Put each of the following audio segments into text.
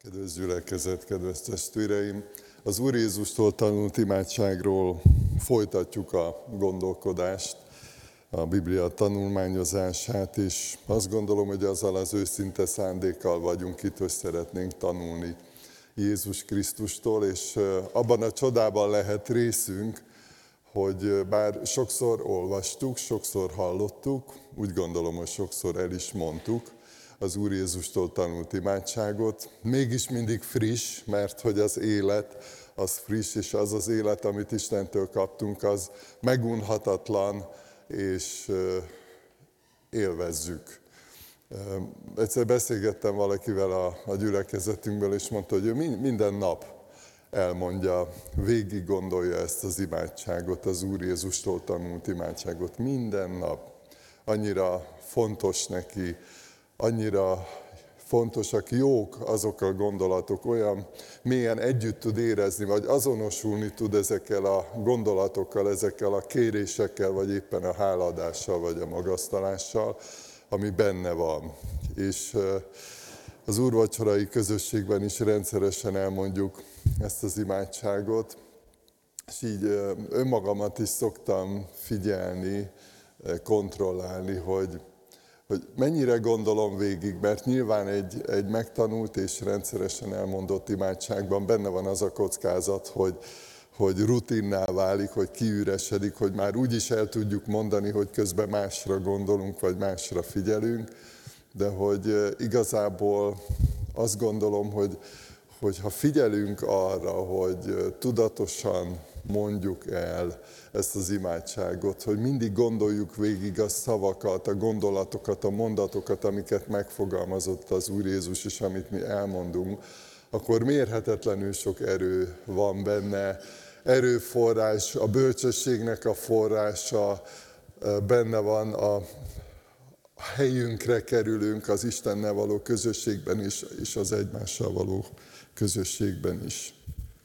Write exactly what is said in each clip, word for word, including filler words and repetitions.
Kedves gyülekezet, kedves testvéreim! Az Úr Jézustól tanult imádságról folytatjuk a gondolkodást, a Biblia tanulmányozását, és azt gondolom, hogy azzal az őszinte szándékkal vagyunk itt, hogy szeretnénk tanulni Jézus Krisztustól, és abban a csodában lehet részünk, hogy bár sokszor olvastuk, sokszor hallottuk, úgy gondolom, hogy sokszor el is mondtuk az Úr Jézustól tanult imádságot, mégis mindig friss, mert hogy az élet az friss, és az az élet, amit Istentől kaptunk, az megunhatatlan, és élvezzük. Egyszer beszélgettem valakivel a, a gyülekezetünkből, és mondta, hogy ő minden nap elmondja, végig gondolja ezt az imádságot, az Úr Jézustól tanult imádságot. Minden nap annyira fontos neki, annyira fontosak, jók azok a gondolatok, olyan mélyen együtt tud érezni, vagy azonosulni tud ezekkel a gondolatokkal, ezekkel a kérésekkel, vagy éppen a hálaadással, vagy a magasztalással, ami benne van. És az úrvacsorai közösségben is rendszeresen elmondjuk ezt az imádságot, és így önmagamat is szoktam figyelni, kontrollálni, hogy, hogy mennyire gondolom végig, mert nyilván egy, egy megtanult és rendszeresen elmondott imádságban benne van az a kockázat, hogy, hogy rutinná válik, hogy kiüresedik, hogy már úgy is el tudjuk mondani, hogy közben másra gondolunk, vagy másra figyelünk, de hogy igazából azt gondolom, hogy, hogy ha figyelünk arra, hogy tudatosan mondjuk el ezt az imádságot, hogy mindig gondoljuk végig a szavakat, a gondolatokat, a mondatokat, amiket megfogalmazott az Úr Jézus, és amit mi elmondunk, akkor mérhetetlenül sok erő van benne, erőforrás, a bölcsességnek a forrása benne van, a helyünkre kerülünk az Istennel való közösségben is, és az egymással való közösségben is.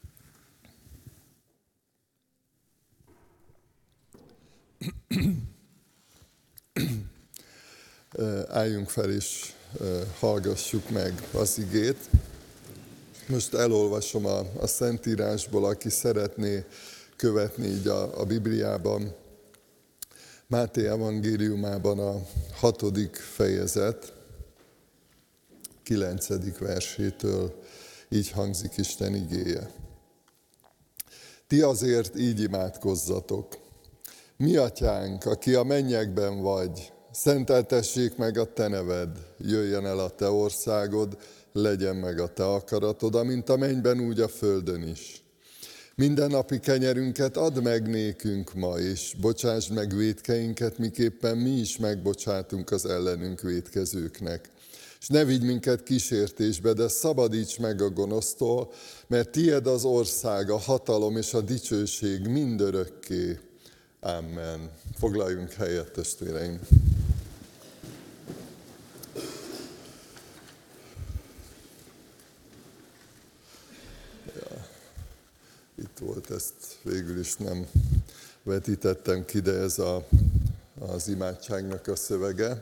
Álljunk fel és hallgassuk meg az igét. Most elolvasom a, a Szentírásból, aki szeretné követni így a, a Bibliában. Máté evangéliumában a hatodik fejezet, kilencedik versétől így hangzik Isten igéje. Ti azért így imádkozzatok. Mi atyánk, aki a mennyekben vagy, szenteltessék meg a te neved, jöjjön el a te országod, legyen meg a te akaratod, amint a mennyben, úgy a földön is. Mindennapi kenyerünket add meg nékünk ma, és bocsásd meg vétkeinket, miképpen mi is megbocsátunk az ellenünk vétkezőknek. És ne vigy minket kísértésbe, de szabadíts meg a gonosztól, mert tied az ország, a hatalom és a dicsőség mindörökké. Amen. Foglaljunk helyet, testvéreim! Ja, itt volt, ezt végül is nem vetítettem ki, de ez a, az imádságnak a szövege.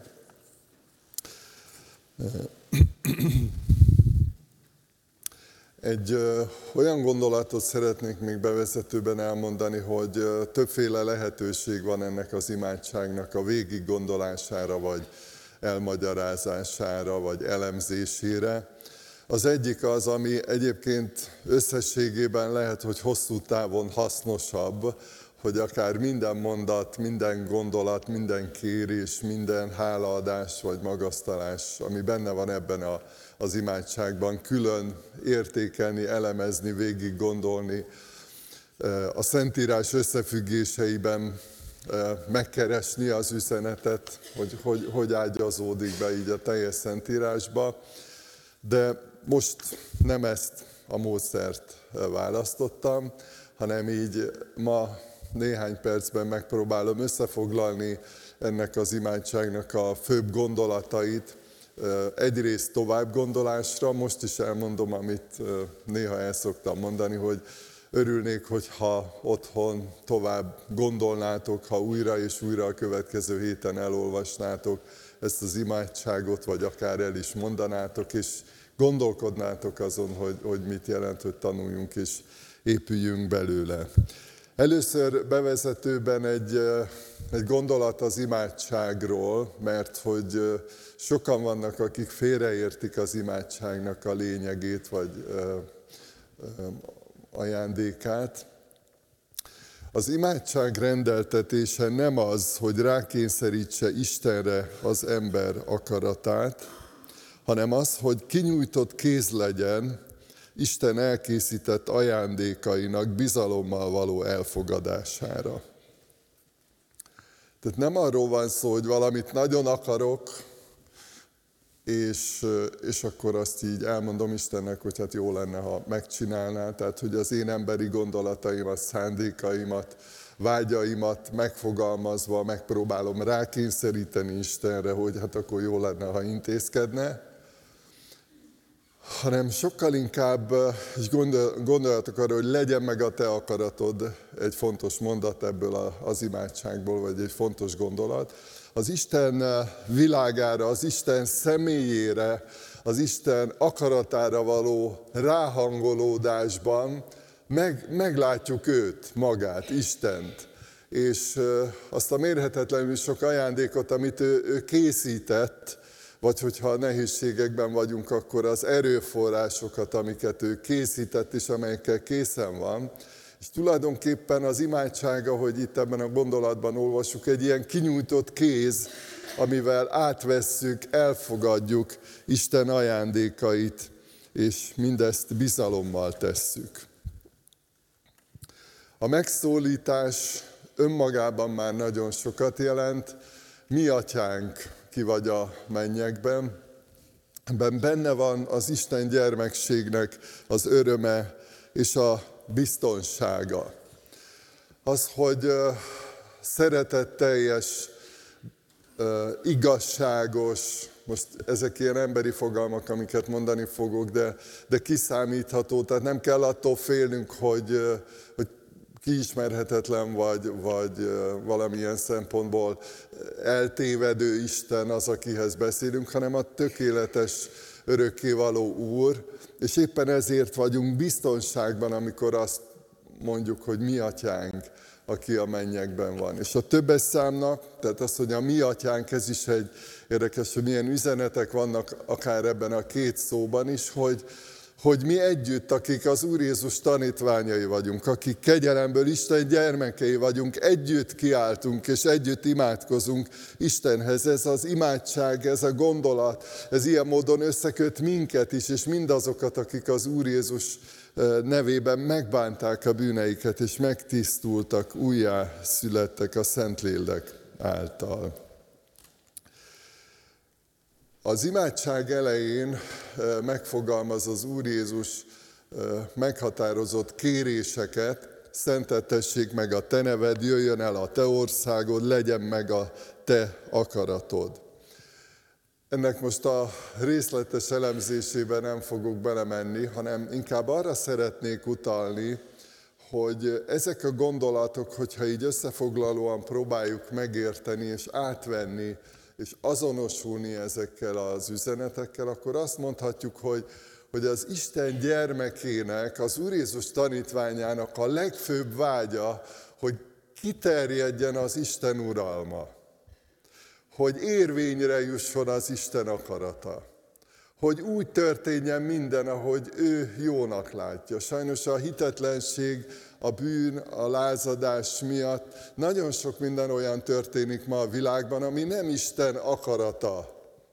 Egy ö, olyan gondolatot szeretnék még bevezetőben elmondani, hogy ö, többféle lehetőség van ennek az imádságnak a végig gondolására, vagy elmagyarázására, vagy elemzésére. Az egyik az, ami egyébként összességében lehet, hogy hosszú távon hasznosabb, hogy akár minden mondat, minden gondolat, minden kérés, minden hálaadás vagy magasztalás, ami benne van ebben a, az imádságban, külön értékelni, elemezni, végig gondolni, a Szentírás összefüggéseiben megkeresni az üzenetet, hogy, hogy hogy ágyazódik be így a teljes Szentírásba. De most nem ezt a módszert választottam, hanem így ma néhány percben megpróbálom összefoglalni ennek az imádságnak a főbb gondolatait. Egyrészt tovább gondolásra, most is elmondom, amit néha el szoktam mondani, hogy örülnék, hogyha otthon tovább gondolnátok, ha újra és újra a következő héten elolvasnátok ezt az imádságot, vagy akár el is mondanátok, és gondolkodnátok azon, hogy, hogy mit jelent, hogy tanuljunk és épüljünk belőle. Először bevezetőben egy, egy gondolat az imádságról, mert hogy sokan vannak, akik félreértik az imádságnak a lényegét, vagy ö, ö, ajándékát. Az imádság rendeltetése nem az, hogy rákényszerítse Istenre az ember akaratát, hanem az, hogy kinyújtott kéz legyen Isten elkészített ajándékainak bizalommal való elfogadására. Tehát nem arról van szó, hogy valamit nagyon akarok, és, és akkor azt így elmondom Istennek, hogy hát jó lenne, ha megcsinálná. Tehát, hogy az én emberi gondolataimat, szándékaimat, vágyaimat megfogalmazva megpróbálom rákényszeríteni Istenre, hogy hát akkor jó lenne, ha intézkedne. Hanem sokkal inkább, és gondoljatok arra, hogy legyen meg a te akaratod, egy fontos mondat ebből az imádságból, vagy egy fontos gondolat. Az Isten világára, az Isten személyére, az Isten akaratára való ráhangolódásban meg, meglátjuk őt, magát, Istent. És azt a mérhetetlenül sok ajándékot, amit ő, ő készített, vagy hogyha nehézségekben vagyunk, akkor az erőforrásokat, amiket ő készített, és amelyekkel készen van. És tulajdonképpen az imádság, ahogy itt ebben a gondolatban olvassuk, egy ilyen kinyújtott kéz, amivel átvesszük, elfogadjuk Isten ajándékait, és mindezt bizalommal tesszük. A megszólítás önmagában már nagyon sokat jelent. Mi atyánk, ki vagy a mennyekben, ebben benne van az Isten gyermekségnek az öröme és a biztonsága. Az, hogy szeretetteljes, igazságos, most ezek ilyen emberi fogalmak, amiket mondani fogok, de, de kiszámítható, tehát nem kell attól félnünk, hogy, hogy kiismerhetetlen vagy, vagy valamilyen szempontból eltévedő Isten az, akihez beszélünk, hanem a tökéletes, örökkévaló Úr, és éppen ezért vagyunk biztonságban, amikor azt mondjuk, hogy mi atyánk, aki a mennyekben van. És a többes számnak, tehát az, hogy a mi atyánk, ez is egy érdekes, hogy milyen üzenetek vannak akár ebben a két szóban is, hogy hogy mi együtt, akik az Úr Jézus tanítványai vagyunk, akik kegyelemből Isten gyermekei vagyunk, együtt kiáltunk és együtt imádkozunk Istenhez. Ez az imádság, ez a gondolat, ez ilyen módon összeköt minket is, és mindazokat, akik az Úr Jézus nevében megbánták a bűneiket, és megtisztultak, újjá születtek a Szentlélek által. Az imádság elején megfogalmaz az Úr Jézus meghatározott kéréseket, szenteltessék meg a te neved, jöjjön el a te országod, legyen meg a te akaratod. Ennek most a részletes elemzésében nem fogok belemenni, hanem inkább arra szeretnék utalni, hogy ezek a gondolatok, hogyha így összefoglalóan próbáljuk megérteni és átvenni, és azonosulni ezekkel az üzenetekkel, akkor azt mondhatjuk, hogy, hogy az Isten gyermekének, az Úr Jézus tanítványának a legfőbb vágya, hogy kiterjedjen az Isten uralma, hogy érvényre jusson az Isten akarata, hogy úgy történjen minden, ahogy ő jónak látja. Sajnos a hitetlenség, a bűn, a lázadás miatt nagyon sok minden olyan történik ma a világban, ami nem Isten akarata.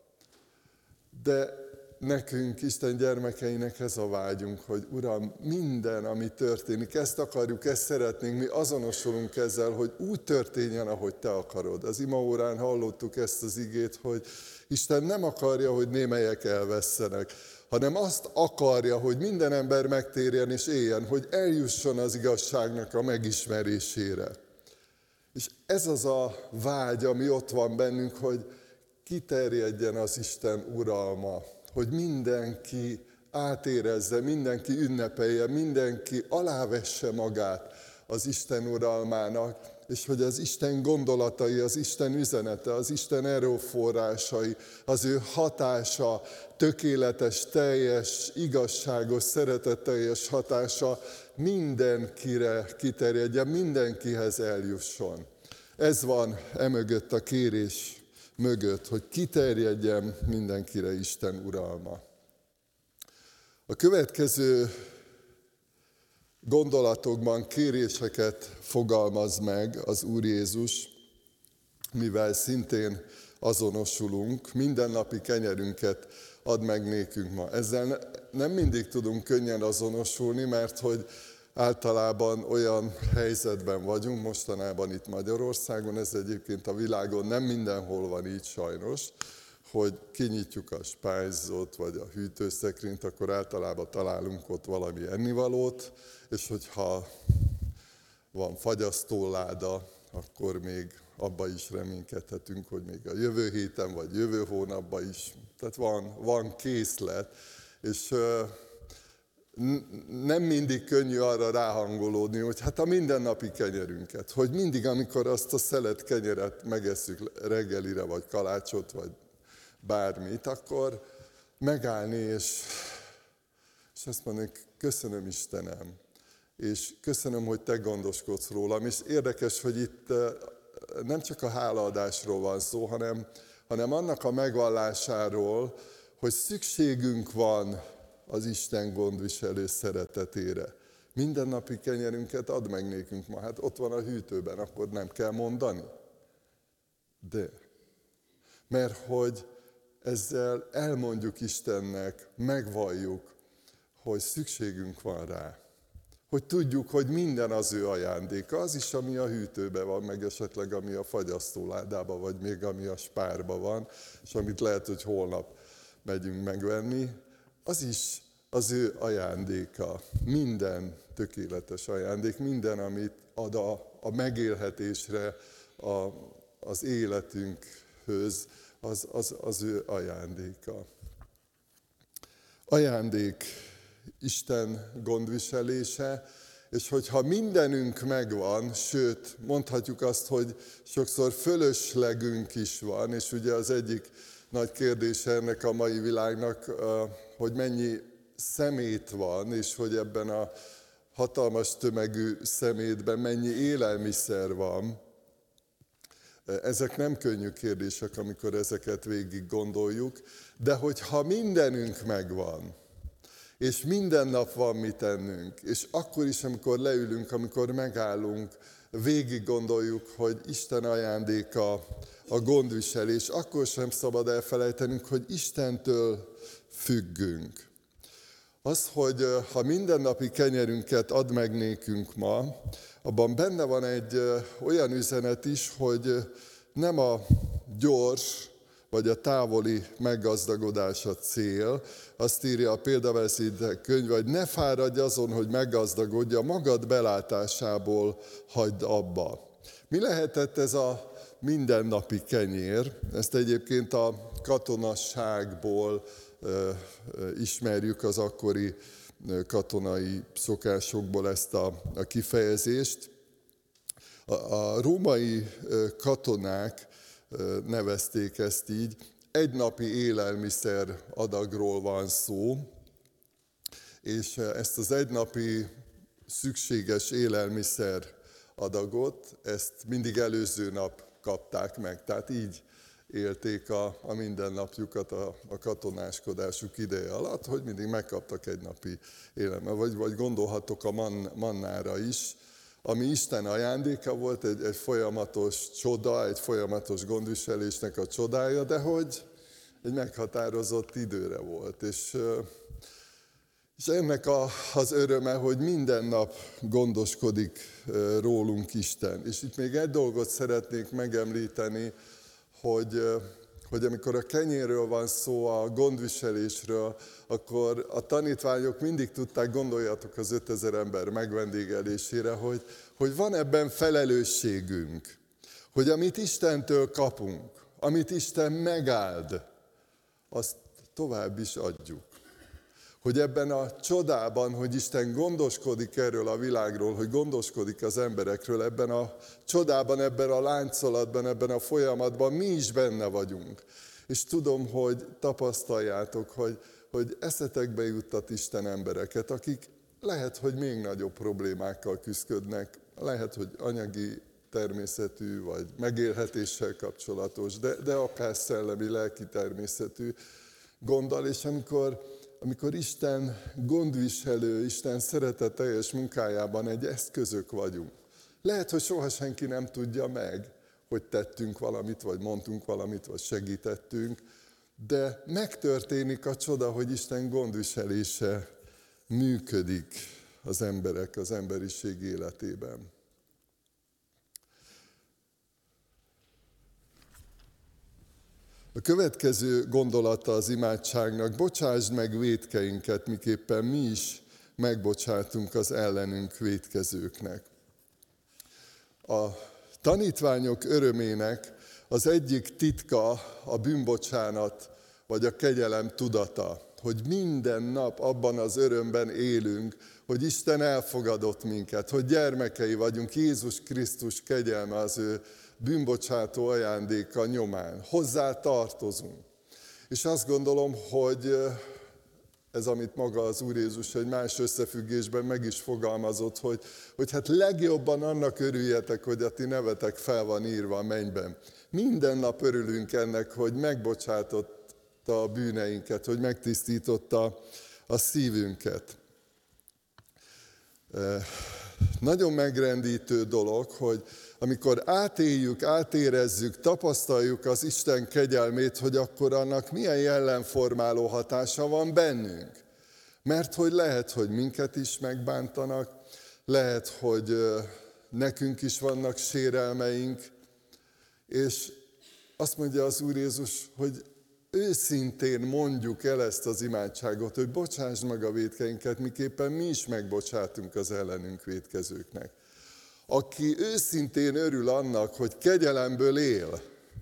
De nekünk, Isten gyermekeinek ez a vágyunk, hogy Uram, minden, ami történik, ezt akarjuk, ezt szeretnénk, mi azonosulunk ezzel, hogy úgy történjen, ahogy te akarod. Az imaórán hallottuk ezt az igét, hogy Isten nem akarja, hogy némelyek elvesszenek, hanem azt akarja, hogy minden ember megtérjen és éljen, hogy eljusson az igazságnak a megismerésére. És ez az a vágy, ami ott van bennünk, hogy kiterjedjen az Isten uralma, hogy mindenki átérezze, mindenki ünnepelje, mindenki alávesse magát az Isten uralmának, és hogy az Isten gondolatai, az Isten üzenete, az Isten erőforrásai, az ő hatása, tökéletes, teljes, igazságos, szeretetteljes hatása mindenkire kiterjedjen, mindenkihez eljusson. Ez van emögött a kérés mögött, hogy kiterjedjen mindenkire Isten uralma. A következő gondolatokban kéréseket fogalmaz meg az Úr Jézus, mivel szintén azonosulunk, mindennapi kenyerünket add meg nékünk ma. Ezzel nem mindig tudunk könnyen azonosulni, mert hogy általában olyan helyzetben vagyunk, mostanában itt Magyarországon, ez egyébként a világon nem mindenhol van így sajnos, hogy kinyitjuk a spájzot vagy a hűtőszekrényt, akkor általában találunk ott valami ennivalót, és hogyha van fagyasztóláda, akkor még abba is reménykedhetünk, hogy még a jövő héten vagy jövő hónapban is. Tehát van, van készlet, és nem mindig könnyű arra ráhangolódni, hogy hát a mindennapi kenyerünket, hogy mindig, amikor azt a szelet kenyeret megesszük reggelire, vagy kalácsot, vagy bármit, akkor megállni, és, és azt mondani, köszönöm Istenem, és köszönöm, hogy te gondoskodsz rólam. És érdekes, hogy itt nem csak a hálaadásról van szó, hanem, hanem annak a megvallásáról, hogy szükségünk van az Isten gondviselő szeretetére. Mindennapi kenyerünket add meg nékünk ma. Hát ott van a hűtőben, akkor nem kell mondani. De, mert hogy ezzel elmondjuk Istennek, megvalljuk, hogy szükségünk van rá. Hogy tudjuk, hogy minden az ő ajándéka, az is, ami a hűtőben van, meg esetleg ami a fagyasztóládában, vagy még ami a spárban van, és amit lehet, hogy holnap megyünk megvenni, az is az ő ajándéka. Minden tökéletes ajándék, minden, amit ad a, a megélhetésre, a, az életünkhöz, az, az, az ő ajándéka. Ajándék Isten gondviselése, és hogyha mindenünk megvan, sőt, mondhatjuk azt, hogy sokszor fölöslegünk is van, és ugye az egyik nagy kérdés ennek a mai világnak, hogy mennyi szemét van, és hogy ebben a hatalmas tömegű szemétben mennyi élelmiszer van. Ezek nem könnyű kérdések, amikor ezeket végig gondoljuk, de hogyha mindenünk megvan, és minden nap van mit tennünk, és akkor is, amikor leülünk, amikor megállunk, végig gondoljuk, hogy Isten ajándéka a gondviselés, akkor sem szabad elfelejtenünk, hogy Istentől függünk. Az, hogy ha mindennapi kenyerünket add meg nékünk ma, abban benne van egy olyan üzenet is, hogy nem a gyors vagy a távoli meggazdagodás a cél. Azt írja a Példabeszédek könyve, hogy ne fáradj azon, hogy meggazdagodja, magad belátásából hagyd abba. Mi lehetett ez a mindennapi kenyér? Ezt egyébként a katonasságból ismerjük, az akkori katonai szokásokból ezt a, a kifejezést. A, a római katonák nevezték ezt így, egynapi élelmiszer adagról van szó, és ezt az egynapi szükséges élelmiszer adagot, ezt mindig előző nap kapták meg, tehát így élték a, a mindennapjukat a, a katonáskodásuk ideje alatt, hogy mindig megkaptak egy napi élelmet. Vagy, vagy gondolhatok a man, mannára is, ami Isten ajándéka volt, egy, egy folyamatos csoda, egy folyamatos gondviselésnek a csodája, de hogy egy meghatározott időre volt. És, és ennek a, az öröme, hogy minden nap gondoskodik rólunk Isten. És itt még egy dolgot szeretnék megemlíteni, hogy, hogy amikor a kenyérről van szó, a gondviselésről, akkor a tanítványok mindig tudták, gondoljatok az ötezer ember megvendégelésére, hogy, hogy van ebben felelősségünk, hogy amit Istentől kapunk, amit Isten megáld, azt tovább is adjuk. hogy ebben a csodában, hogy Isten gondoskodik erről a világról, hogy gondoskodik az emberekről, ebben a csodában, ebben a láncolatban, ebben a folyamatban mi is benne vagyunk. És tudom, hogy tapasztaljátok, hogy, hogy eszetekbe juttat Isten embereket, akik lehet, hogy még nagyobb problémákkal küzdködnek, lehet, hogy anyagi természetű, vagy megélhetéssel kapcsolatos, de, de akár szellemi, lelki természetű gonddal, és amikor, amikor Isten gondviselő, Isten szeretetteljes munkájában egy eszközök vagyunk. Lehet, hogy soha senki nem tudja meg, hogy tettünk valamit, vagy mondtunk valamit, vagy segítettünk, de megtörténik a csoda, hogy Isten gondviselése működik az emberek, az emberiség életében. A következő gondolata az imádságnak: bocsásd meg vétkeinket, miképpen mi is megbocsátunk az ellenünk vétkezőknek. A tanítványok örömének az egyik titka a bűnbocsánat, vagy a kegyelem tudata, hogy minden nap abban az örömben élünk, hogy Isten elfogadott minket, hogy gyermekei vagyunk Jézus Krisztus kegyelme az ő bűnbocsátó ajándéka nyomán. Hozzá tartozunk. És azt gondolom, hogy ez, amit maga az Úr Jézus egy más összefüggésben meg is fogalmazott, hogy, hogy hát legjobban annak örüljetek, hogy a ti nevetek fel van írva a mennyben. Minden nap örülünk ennek, hogy megbocsátotta a bűneinket, hogy megtisztította a szívünket. Nagyon megrendítő dolog, hogy amikor átéljük, átérezzük, tapasztaljuk az Isten kegyelmét, hogy akkor annak milyen jellemformáló hatása van bennünk. Mert hogy lehet, hogy minket is megbántanak, lehet, hogy nekünk is vannak sérelmeink, és azt mondja az Úr Jézus, hogy őszintén mondjuk el ezt az imádságot, hogy bocsásd meg a vétkeinket, miképpen mi is megbocsátunk az ellenünk vétkezőknek. Aki őszintén örül annak, hogy kegyelemből él,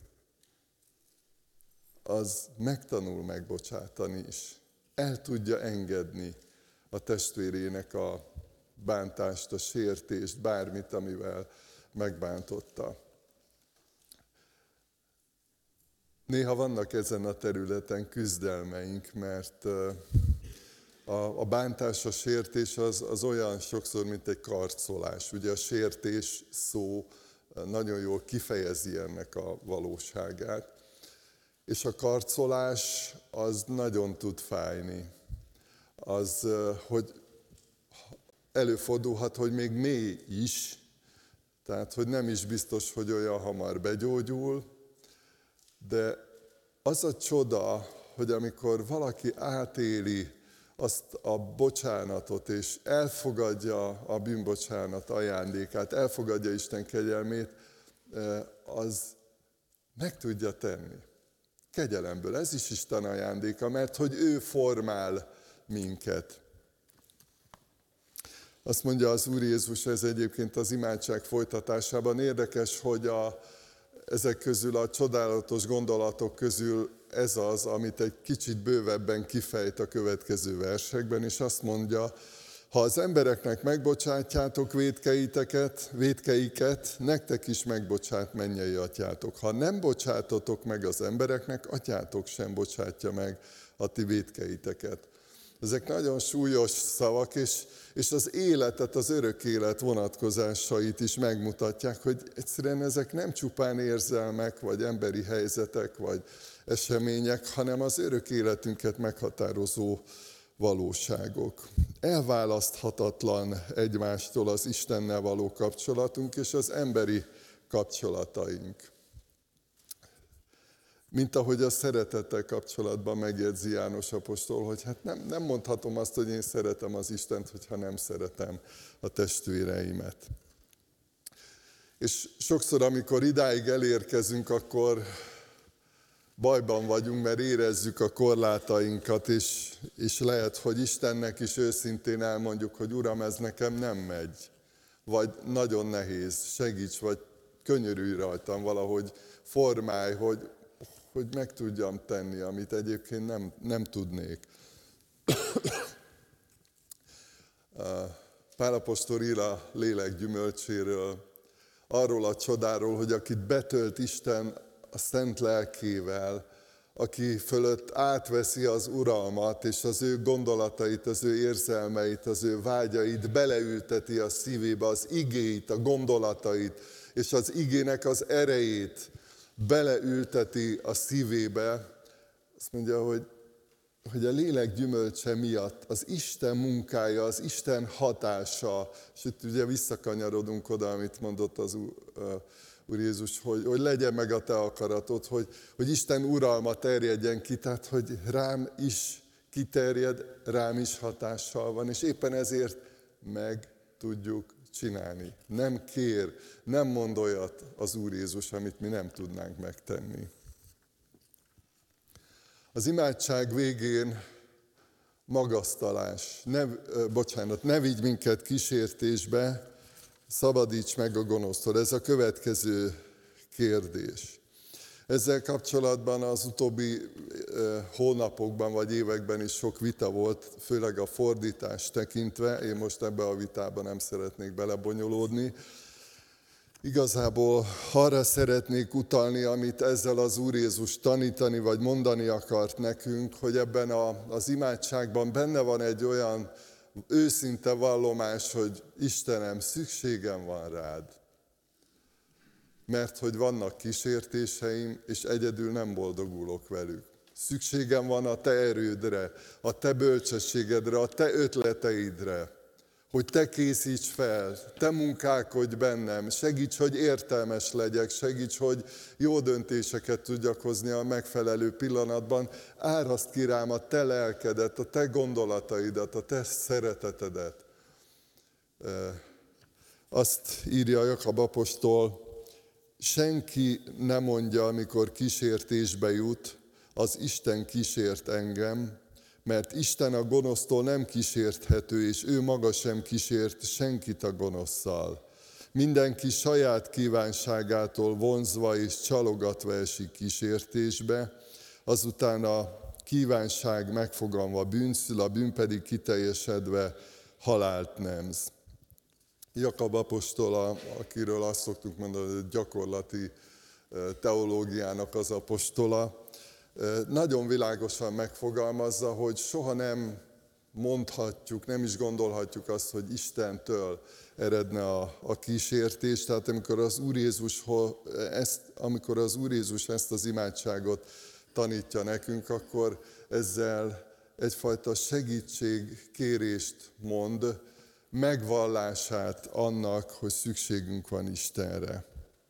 az megtanul megbocsátani is. El tudja engedni a testvérének a bántást, a sértést, bármit, amivel megbántotta. Néha vannak ezen a területen küzdelmeink, mert a bántás, a sértés az, az olyan sokszor, mint egy karcolás. Ugye a sértés szó nagyon jól kifejezi ennek a valóságát. És a karcolás az nagyon tud fájni. Az, hogy előfordulhat, hogy még mély is, tehát hogy nem is biztos, hogy olyan hamar begyógyul, de az a csoda, hogy amikor valaki átéli azt a bocsánatot, és elfogadja a bűnbocsánat ajándékát, elfogadja Isten kegyelmét, az meg tudja tenni. Kegyelemből. Ez is Isten ajándéka, mert hogy ő formál minket. Azt mondja az Úr Jézus, ez egyébként az imádság folytatásában érdekes, hogy a, ezek közül a csodálatos gondolatok közül ez az, amit egy kicsit bővebben kifejt a következő versekben, és azt mondja, ha az embereknek megbocsátjátok vétkeiteket, vétkeiket, nektek is megbocsát mennyei atyátok. Ha nem bocsátotok meg az embereknek, atyátok sem bocsátja meg a ti vétkeiteket. Ezek nagyon súlyos szavak, és, és az életet, az örök élet vonatkozásait is megmutatják, hogy egyszerűen ezek nem csupán érzelmek, vagy emberi helyzetek, vagy események, hanem az örök életünket meghatározó valóságok. Elválaszthatatlan egymástól az Istennel való kapcsolatunk és az emberi kapcsolataink. Mint ahogy a szeretettel kapcsolatban megjegyzi János apostol, hogy hát nem, nem mondhatom azt, hogy én szeretem az Istent, hogyha nem szeretem a testvéreimet. És sokszor, amikor idáig elérkezünk, akkor bajban vagyunk, mert érezzük a korlátainkat, és, és lehet, hogy Istennek is őszintén elmondjuk, hogy Uram, ez nekem nem megy, vagy nagyon nehéz, segíts, vagy könyörülj rajtam, valahogy formálj, hogy, hogy meg tudjam tenni, amit egyébként nem, nem tudnék. Pál apostol ír a lélek gyümölcséről, arról a csodáról, hogy akit betölt Isten a szent lelkével, aki fölött átveszi az uralmat, és az ő gondolatait, az ő érzelmeit, az ő vágyait, beleülteti a szívébe, az igéit, a gondolatait, és az igének az erejét beleülteti a szívébe. Azt mondja, hogy, hogy a lélek gyümölcse miatt az Isten munkája, az Isten hatása, és itt ugye visszakanyarodunk oda, amit mondott az Úr Jézus, hogy, hogy legyen meg a te akaratod, hogy, hogy Isten uralma terjedjen ki, tehát hogy rám is kiterjed, rám is hatással van, és éppen ezért meg tudjuk csinálni. Nem kér, nem mond olyat az Úr Jézus, amit mi nem tudnánk megtenni. Az imádság végén magasztalás. Ne, bocsánat, ne vigy minket kísértésbe, szabadíts meg a gonosztól. Ez a következő kérdés. Ezzel kapcsolatban az utóbbi hónapokban vagy években is sok vita volt, főleg a fordítást tekintve. Én most ebbe a vitába nem szeretnék belebonyolódni. Igazából arra szeretnék utalni, amit ezzel az Úr Jézus tanítani vagy mondani akart nekünk, hogy ebben a, az imádságban benne van egy olyan őszinte vallomás, hogy Istenem, szükségem van rád. Mert hogy vannak kísértéseim, és egyedül nem boldogulok velük. Szükségem van a te erődre, a te bölcsességedre, a te ötleteidre, hogy te készíts fel, te munkálkodj bennem, segíts, hogy értelmes legyek, segíts, hogy jó döntéseket tudjak hozni a megfelelő pillanatban. Áraszt ki rám a te lelkedet, a te gondolataidat, a te szeretetedet. Azt írja Jakab apostol, senki nem mondja, amikor kísértésbe jut, az Isten kísért engem, mert Isten a gonosztól nem kísérthető, és ő maga sem kísért senkit a gonoszszal. Mindenki saját kívánságától vonzva és csalogatva esik kísértésbe, azután a kívánság megfogalma bűnszül, a bűn pedig kiteljesedve halált nemz. Jakab apostol, akiről azt szoktuk mondani, hogy gyakorlati teológiának az apostola, nagyon világosan megfogalmazza, hogy soha nem mondhatjuk, nem is gondolhatjuk azt, hogy Istentől eredne a, a kísértés. Tehát amikor az Úr Jézus ezt, amikor az Úr Jézus ezt az imádságot tanítja nekünk, akkor ezzel egyfajta segítségkérést mond, megvallását annak, hogy szükségünk van Istenre.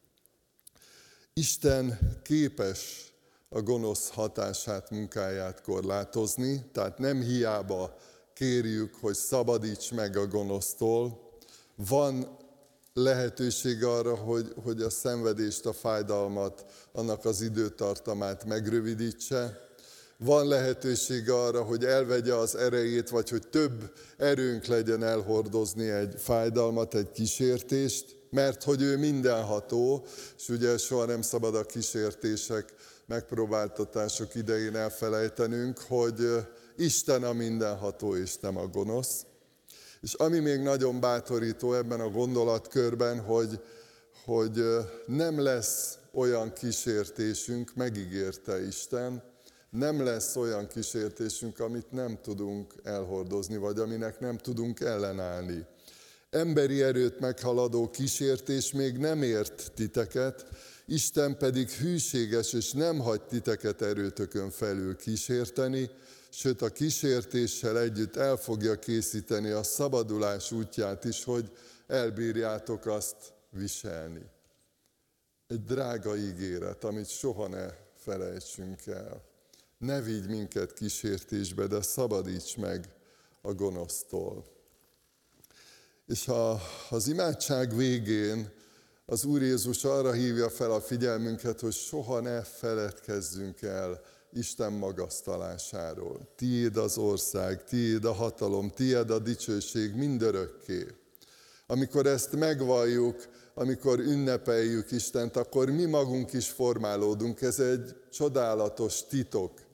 Isten képes a gonosz hatását, munkáját korlátozni, tehát nem hiába kérjük, hogy szabadíts meg a gonosztól. Van lehetőség arra, hogy, hogy a szenvedést, a fájdalmat, annak az időtartamát megrövidítse. Van lehetőség arra, hogy elvegye az erejét, vagy hogy több erőnk legyen elhordozni egy fájdalmat, egy kísértést, mert hogy ő mindenható, és ugye soha nem szabad a kísértések, megpróbáltatások idején elfelejtenünk, hogy Isten a mindenható és nem a gonosz. És ami még nagyon bátorító ebben a gondolatkörben, hogy, hogy nem lesz olyan kísértésünk, megígérte Isten, nem lesz olyan kísértésünk, amit nem tudunk elhordozni, vagy aminek nem tudunk ellenállni. Emberi erőt meghaladó kísértés még nem ért titeket, Isten pedig hűséges, és nem hagy titeket erőtökön felül kísérteni, sőt a kísértéssel együtt el fogja készíteni a szabadulás útját is, hogy elbírjátok azt viselni. Egy drága ígéret, amit soha ne felejtsünk el. Ne vigy minket kísértésbe, de szabadíts meg a gonosztól. És a, az imádság végén az Úr Jézus arra hívja fel a figyelmünket, hogy soha ne feledkezzünk el Isten magasztalásáról. Tiéd az ország, tiéd a hatalom, tiéd a dicsőség mindörökké. Amikor ezt megvalljuk, amikor ünnepeljük Istent, akkor mi magunk is formálódunk. Ez egy csodálatos titok,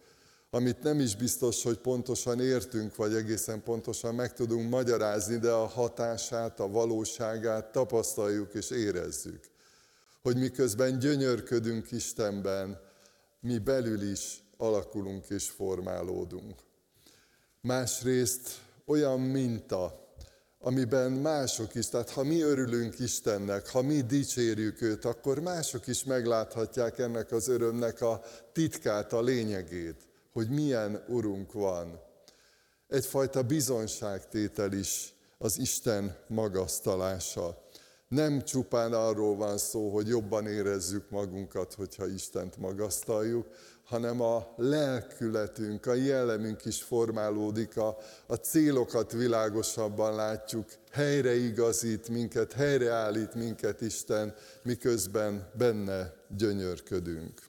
amit nem is biztos, hogy pontosan értünk, vagy egészen pontosan meg tudunk magyarázni, de a hatását, a valóságát tapasztaljuk és érezzük. Hogy miközben gyönyörködünk Istenben, mi belül is alakulunk és formálódunk. Másrészt olyan minta, amiben mások is, tehát ha mi örülünk Istennek, ha mi dicsérjük őt, akkor mások is megláthatják ennek az örömnek a titkát, a lényegét, hogy milyen Urunk van. Egyfajta bizonyságtétel is az Isten magasztalása. Nem csupán arról van szó, hogy jobban érezzük magunkat, hogyha Istent magasztaljuk, hanem a lelkületünk, a jellemünk is formálódik, a, a célokat világosabban látjuk, helyreigazít minket, helyreállít minket Isten, miközben benne gyönyörködünk.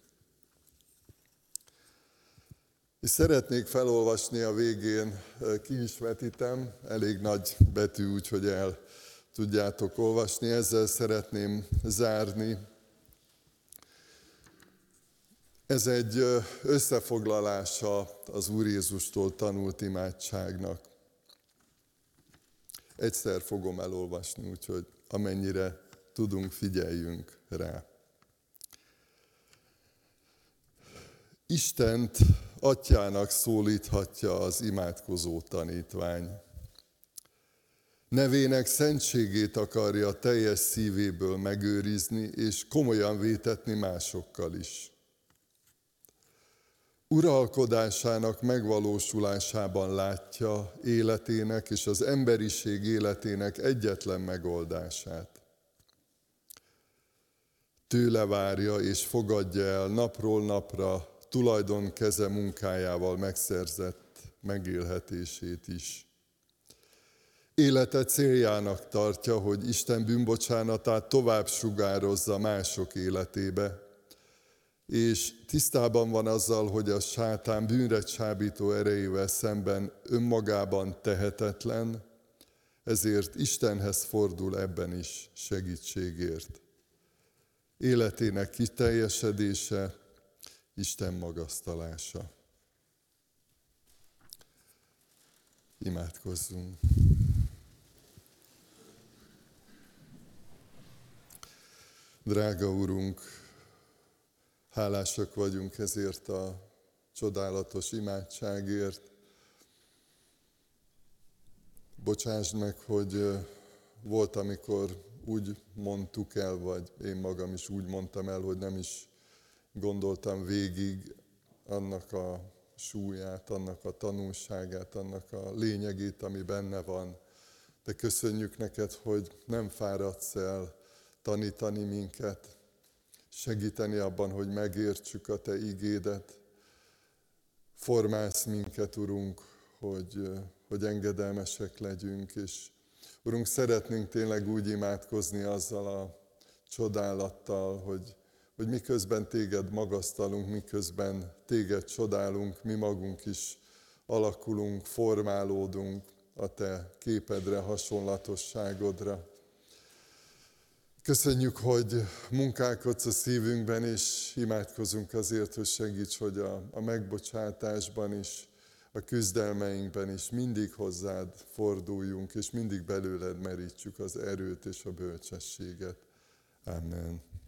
És szeretnék felolvasni a végén, ki is vetítem, elég nagy betű, úgyhogy el tudjátok olvasni, ezzel szeretném zárni. Ez egy összefoglalása az Úr Jézustól tanult imádságnak. Egyszer fogom elolvasni, úgyhogy amennyire tudunk, figyeljünk rá. Istent atyának szólíthatja az imádkozó tanítvány. Nevének szentségét akarja teljes szívéből megőrizni, és komolyan vétetni másokkal is. Uralkodásának megvalósulásában látja életének és az emberiség életének egyetlen megoldását. Tőle várja és fogadja el napról napra tulajdon keze munkájával megszerzett megélhetését is. Élete céljának tartja, hogy Isten bűnbocsánatát tovább sugározza mások életébe, és tisztában van azzal, hogy a sátán bűnre csábító erejével szemben önmagában tehetetlen, ezért Istenhez fordul ebben is segítségért. Életének kiteljesedése, Isten magasztalása. Imádkozzunk! Drága Urunk, hálásak vagyunk ezért a csodálatos imádságért. Bocsásd meg, hogy volt, amikor úgy mondtuk el, vagy én magam is úgy mondtam el, hogy nem is gondoltam végig annak a súlyát, annak a tanulságát, annak a lényegét, ami benne van. De köszönjük neked, hogy nem fáradsz el tanítani minket, segíteni abban, hogy megértsük a te igédet. Formálsz minket, Urunk, hogy, hogy engedelmesek legyünk, és Urunk, szeretnénk tényleg úgy imádkozni azzal a csodálattal, hogy, hogy miközben téged magasztalunk, miközben téged csodálunk, mi magunk is alakulunk, formálódunk a te képedre, hasonlatosságodra. Köszönjük, hogy munkálkodsz a szívünkben, és imádkozunk azért, hogy segíts, hogy a, a megbocsátásban is, a küzdelmeinkben is mindig hozzád forduljunk, és mindig belőled merítsük az erőt és a bölcsességet. Amen.